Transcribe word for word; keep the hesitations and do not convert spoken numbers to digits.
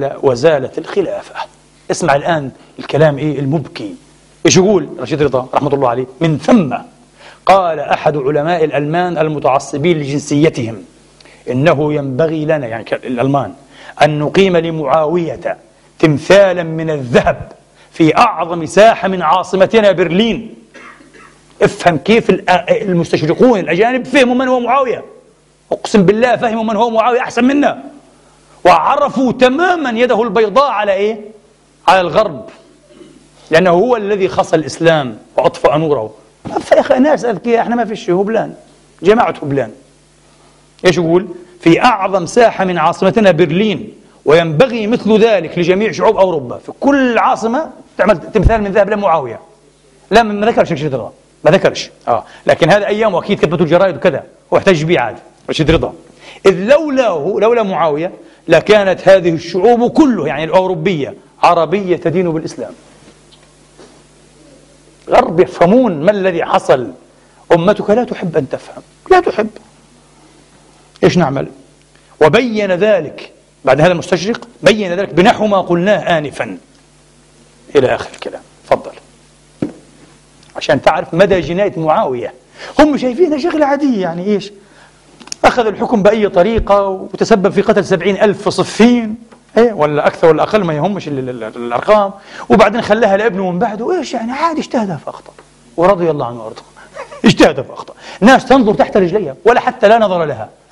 قال وزالت الخلافة. اسمع الآن الكلام إيه المبكي. إيش يقول رشيد رضا رحمة الله عليه؟ من ثم قال أحد علماء الألمان المتعصبين لجنسيتهم إنه ينبغي لنا، يعني الألمان، أن نقيم لمعاوية تمثالا من الذهب في أعظم ساحة من عاصمتنا برلين. افهم كيف المستشرقون الأجانب فهموا من هو معاوية، أقسم بالله فهموا من هو معاوية أحسن منا، وعرفوا تماما يده البيضاء على إيه؟ على الغرب، لأنه هو الذي خص الإسلام وأطفأ نوره. يا أخي ناس أذكياء، إحنا ما فيش هبلان، جماعة هبلان. إيش يقول؟ في أعظم ساحة من عاصمتنا برلين، وينبغي مثل ذلك لجميع شعوب أوروبا، في كل عاصمة تعمل تمثال من ذهب لمعاوية. لا ما ذكرش رشيد رضا، ما ذكرش اه لكن هذا أيام وأكيد كتبته الجرائد وكذا، واحتج به عاد رشيد رضا. إذ لولاه لولا معاوية لكانت هذه الشعوب كلها يعني الأوروبية عربية تدين بالإسلام. غرب يفهمون ما الذي حصل، أمتك لا تحب أن تفهم، لا تحب. إيش نعمل؟ وبين ذلك بعد هذا المستشرق، بين ذلك بنحو ما قلناه آنفا إلى آخر الكلام. تفضل عشان تعرف مدى جناية معاوية. هم شايفينها شغلة عادية، يعني إيش؟ أخذ الحكم بأي طريقة وتسبب في قتل سبعين ألف في صفين، إيه ولا أكثر ولا أقل، ما يهمش الأرقام، وبعدين خلاها لابنه من بعده. إيش يعني؟ عادي، اجتهد فأخطأ ورضي الله عنه وأرضاه. اجتهد فأخطأ. ناس تنظر تحت رجليها ولا حتى لا نظر لها.